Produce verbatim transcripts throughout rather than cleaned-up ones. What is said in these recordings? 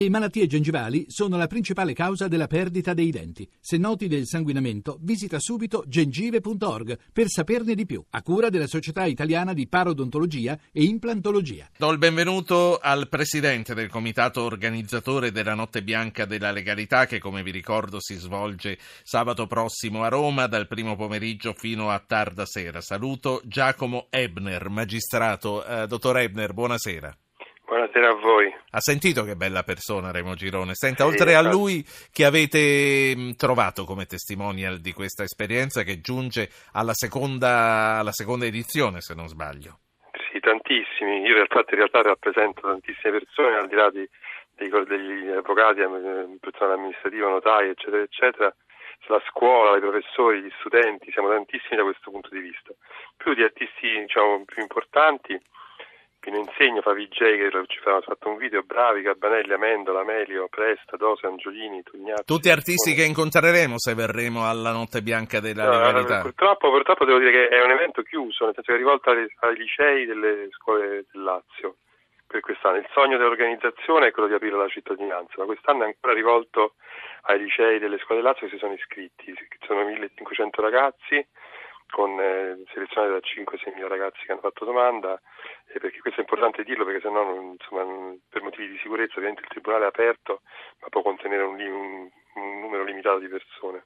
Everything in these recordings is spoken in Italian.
Le malattie gengivali sono la principale causa della perdita dei denti. Se noti del sanguinamento, visita subito gengive punto org per saperne di più, a cura della Società Italiana di Parodontologia e Implantologia. Do il benvenuto al presidente del comitato organizzatore della Notte Bianca della Legalità, che come vi ricordo si svolge sabato prossimo a Roma dal primo pomeriggio fino a tarda sera. Saluto Giacomo Ebner, magistrato. Eh, dottor Ebner, buonasera. Buonasera a voi. Ha sentito che bella persona Remo Girone? Senta, Sì, oltre a esatto. lui, chi avete mh, trovato come testimonial di questa esperienza che giunge alla seconda, alla seconda edizione, se non sbaglio? Sì, tantissimi. Io in realtà, in realtà rappresento tantissime persone, al di là di, dei, degli avvocati, personale amministrativo, notai, eccetera, eccetera. La scuola, i professori, gli studenti, siamo tantissimi da questo punto di vista. Più di artisti, diciamo, più importanti. Pino Insegno, Favi J, che ci ha fatto un video, bravi, Gabanelli, Amendola, Melio, Presta, Dose, Angiolini, Tugnazzi. Tutti artisti che incontreremo se verremo alla Notte Bianca della no, Legalità. Purtroppo, purtroppo devo dire che è un evento chiuso, nel senso che è rivolto ai, ai licei delle scuole del Lazio per quest'anno. Il sogno dell'organizzazione è quello di aprire alla cittadinanza, ma quest'anno è ancora rivolto ai licei delle scuole del Lazio che si sono iscritti. Sono millecinquecento ragazzi, con eh, selezionati da cinque sei mila ragazzi che hanno fatto domanda, e perché questo è importante dirlo, perché sennò non, insomma, non, per motivi di sicurezza ovviamente il tribunale è aperto, ma può contenere un, un, un numero limitato di persone.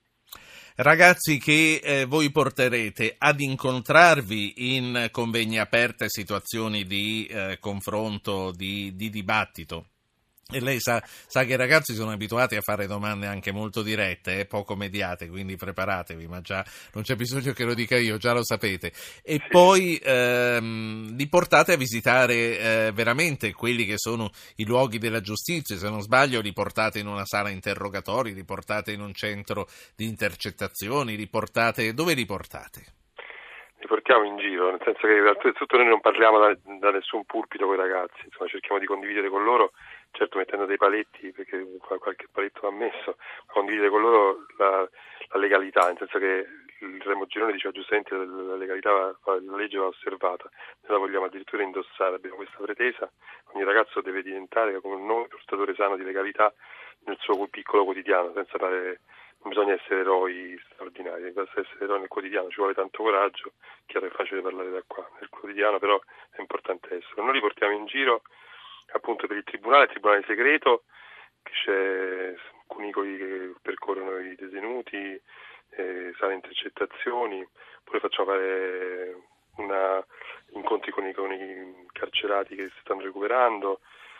Ragazzi che eh, voi porterete ad incontrarvi in convegni aperte, situazioni di eh, confronto, di, di dibattito. E lei sa, sa che i ragazzi sono abituati a fare domande anche molto dirette, eh, poco mediate, quindi preparatevi, ma già non c'è bisogno che lo dica io, già lo sapete. E poi ehm, li portate a visitare eh, veramente quelli che sono i luoghi della giustizia, se non sbaglio li portate in una sala interrogatori, li portate in un centro di intercettazioni, li portate... dove li portate? Li portiamo in giro, nel senso che innanzitutto noi non parliamo da, da nessun pulpito con i ragazzi, insomma cerchiamo di condividere con loro, certo mettendo dei paletti, perché qualche paletto va messo, ma condividere con loro la, la legalità, nel senso che il Remo Girone diceva giustamente che la legalità, va, la legge va osservata, noi la vogliamo addirittura indossare, abbiamo questa pretesa, ogni ragazzo deve diventare come noi portatore sano di legalità nel suo piccolo quotidiano, senza fare... Non bisogna essere eroi straordinari, basta essere eroi nel quotidiano, ci vuole tanto coraggio, chiaro è facile parlare da qua, nel quotidiano però è importante essere. Noi li portiamo in giro appunto per il tribunale, il tribunale segreto, che c'è cunicoli che percorrono i detenuti, eh, sale intercettazioni, poi facciamo fare una, incontri con i, con i carcerati che si stanno recuperando,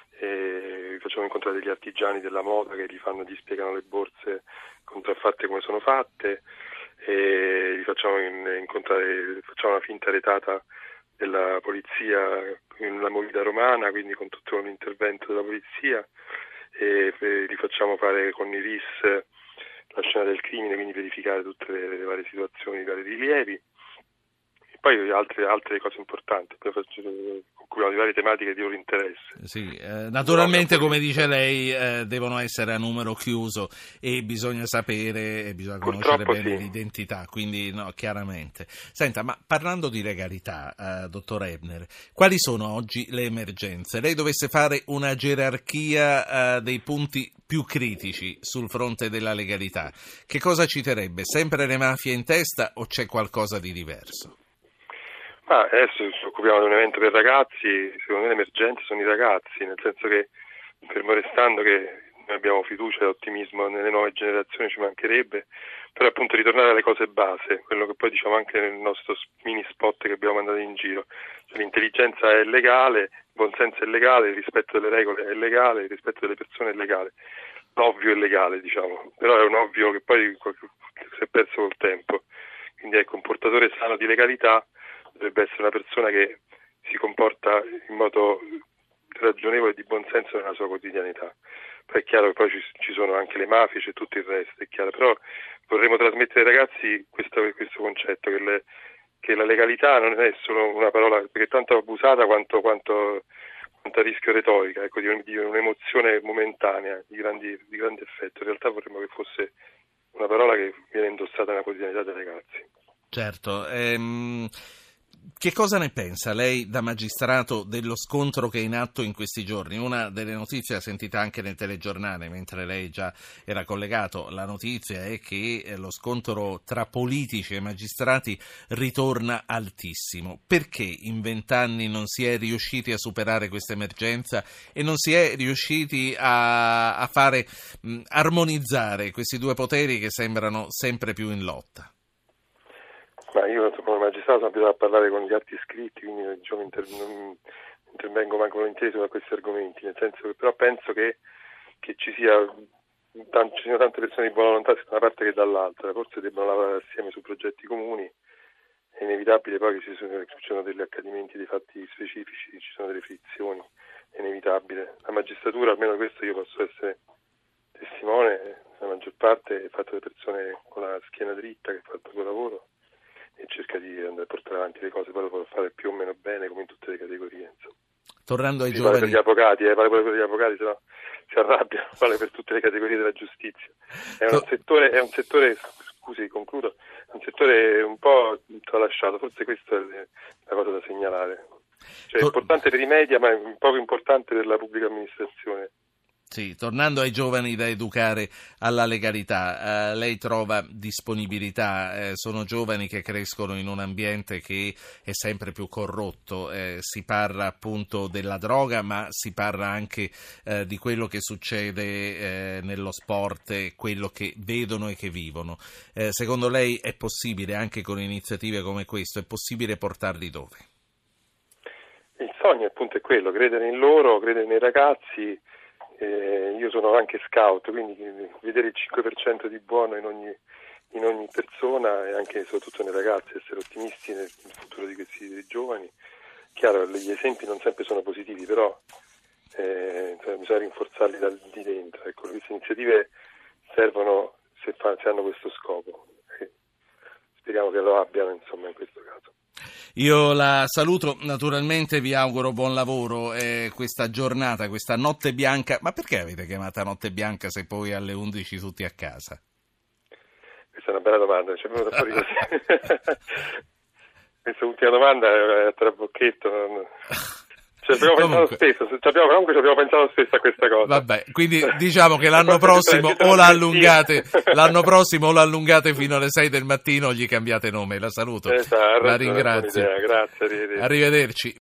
e facciamo incontrare degli artigiani della moda che gli fanno, gli spiegano le borse contraffatte come sono fatte, e li facciamo incontrare, facciamo una finta retata della polizia in una movida romana, quindi con tutto l'intervento della polizia, e li facciamo fare con i R I S la scena del crimine, quindi verificare tutte le, le varie situazioni, i vari rilievi. Poi altre, altre cose importanti, poi occupiamo di varie tematiche di loro interesse. Sì, eh, naturalmente come dice lei eh, devono essere a numero chiuso e bisogna sapere, e bisogna conoscere Purtroppo bene sì. l'identità, quindi no, chiaramente. Senta, ma parlando di legalità, eh, dottor Ebner, quali sono oggi le emergenze? Lei dovesse fare una gerarchia eh, dei punti più critici sul fronte della legalità, che cosa citerebbe? Sempre le mafie in testa o c'è qualcosa di diverso? Ma adesso ci occupiamo di un evento per ragazzi, secondo me le emergenze sono i ragazzi, nel senso che, fermo restando che noi abbiamo fiducia e ottimismo nelle nuove generazioni, ci mancherebbe, però appunto ritornare alle cose base, quello che poi diciamo anche nel nostro mini spot che abbiamo mandato in giro, cioè, l'intelligenza è legale, il buonsenso è legale, il rispetto delle regole è legale, il rispetto delle persone è legale, l'ovvio è legale diciamo, però è un ovvio che poi si è perso col tempo, quindi ecco un portatore sano di legalità dovrebbe essere una persona che si comporta in modo ragionevole e di buonsenso nella sua quotidianità. Poi è chiaro che poi ci, ci sono anche le mafie, c'è tutto il resto, è chiaro, però vorremmo trasmettere ai ragazzi questo, questo concetto, che, le, che la legalità non è solo una parola, perché è tanto abusata quanto, quanto, quanto a rischio retorica, ecco, di, di un'emozione momentanea, di, grandi, di grande effetto. In realtà vorremmo che fosse una parola che viene indossata nella quotidianità dei ragazzi. Certo, ehm... Che cosa ne pensa lei da magistrato dello scontro che è in atto in questi giorni? Una delle notizie, sentita anche nel telegiornale mentre lei già era collegato, la notizia è che lo scontro tra politici e magistrati ritorna altissimo. Perché in vent'anni non si è riusciti a superare questa emergenza e non si è riusciti a, a fare mh, armonizzare questi due poteri che sembrano sempre più in lotta? Ma io come magistrato sono abituato a parlare con gli atti scritti, quindi diciamo, inter- non intervengo manco volentieri su questi argomenti, nel senso che però penso che, che ci sia tan- ci siano tante persone di buona volontà sia da una parte che dall'altra, forse debbano lavorare assieme su progetti comuni, è inevitabile poi che ci sono, ci sono degli accadimenti, dei fatti specifici, ci sono delle frizioni, è inevitabile. La magistratura, almeno questo io posso essere testimone, la maggior parte è fatta da persone con la schiena dritta che fa il proprio lavoro e cerca di andare a portare avanti le cose, poi lo può fare più o meno bene come in tutte le categorie. Insomma. Tornando ai si giovani... Vale per gli avvocati, eh, vale pure per gli avvocati, se no si arrabbiano, vale per tutte le categorie della giustizia. È un to- settore, è un settore, scusi, concludo, è un settore un po' tralasciato, forse questa è la cosa da segnalare. Cioè, è importante per i media, ma è poco importante per la pubblica amministrazione. Sì, tornando ai giovani da educare alla legalità, eh, lei trova disponibilità, eh, sono giovani che crescono in un ambiente che è sempre più corrotto, eh, si parla appunto della droga, ma si parla anche eh, di quello che succede eh, nello sport, quello che vedono e che vivono. Eh, secondo lei è possibile, anche con iniziative come questo, è possibile portarli dove? Il sogno appunto è quello, credere in loro, credere nei ragazzi. Eh, io sono anche scout, quindi vedere il cinque per cento di buono in ogni, in ogni persona e anche e soprattutto nei ragazzi, essere ottimisti nel futuro di questi dei giovani. Chiaro, gli esempi non sempre sono positivi, però eh, bisogna rinforzarli da di dentro. Ecco, queste iniziative servono se, fa, se hanno questo scopo. Eh, speriamo che lo abbiano, insomma, in questo caso. Io la saluto, naturalmente vi auguro buon lavoro eh, questa giornata, questa notte bianca. Ma perché avete chiamata notte bianca se poi alle undici tutti a casa? Questa è una bella domanda, ci è venuta fuori così. Questa ultima domanda è a trabocchetto. Non... Ci abbiamo comunque... pensato stesso, ci abbiamo, comunque ci abbiamo pensato stesso a questa cosa. Vabbè, quindi diciamo che l'anno prossimo o la allungate, l'anno prossimo o la allungate fino alle sei del mattino o gli cambiate nome. La saluto, esatto, la ringrazio. Grazie, arrivederci. Arrivederci.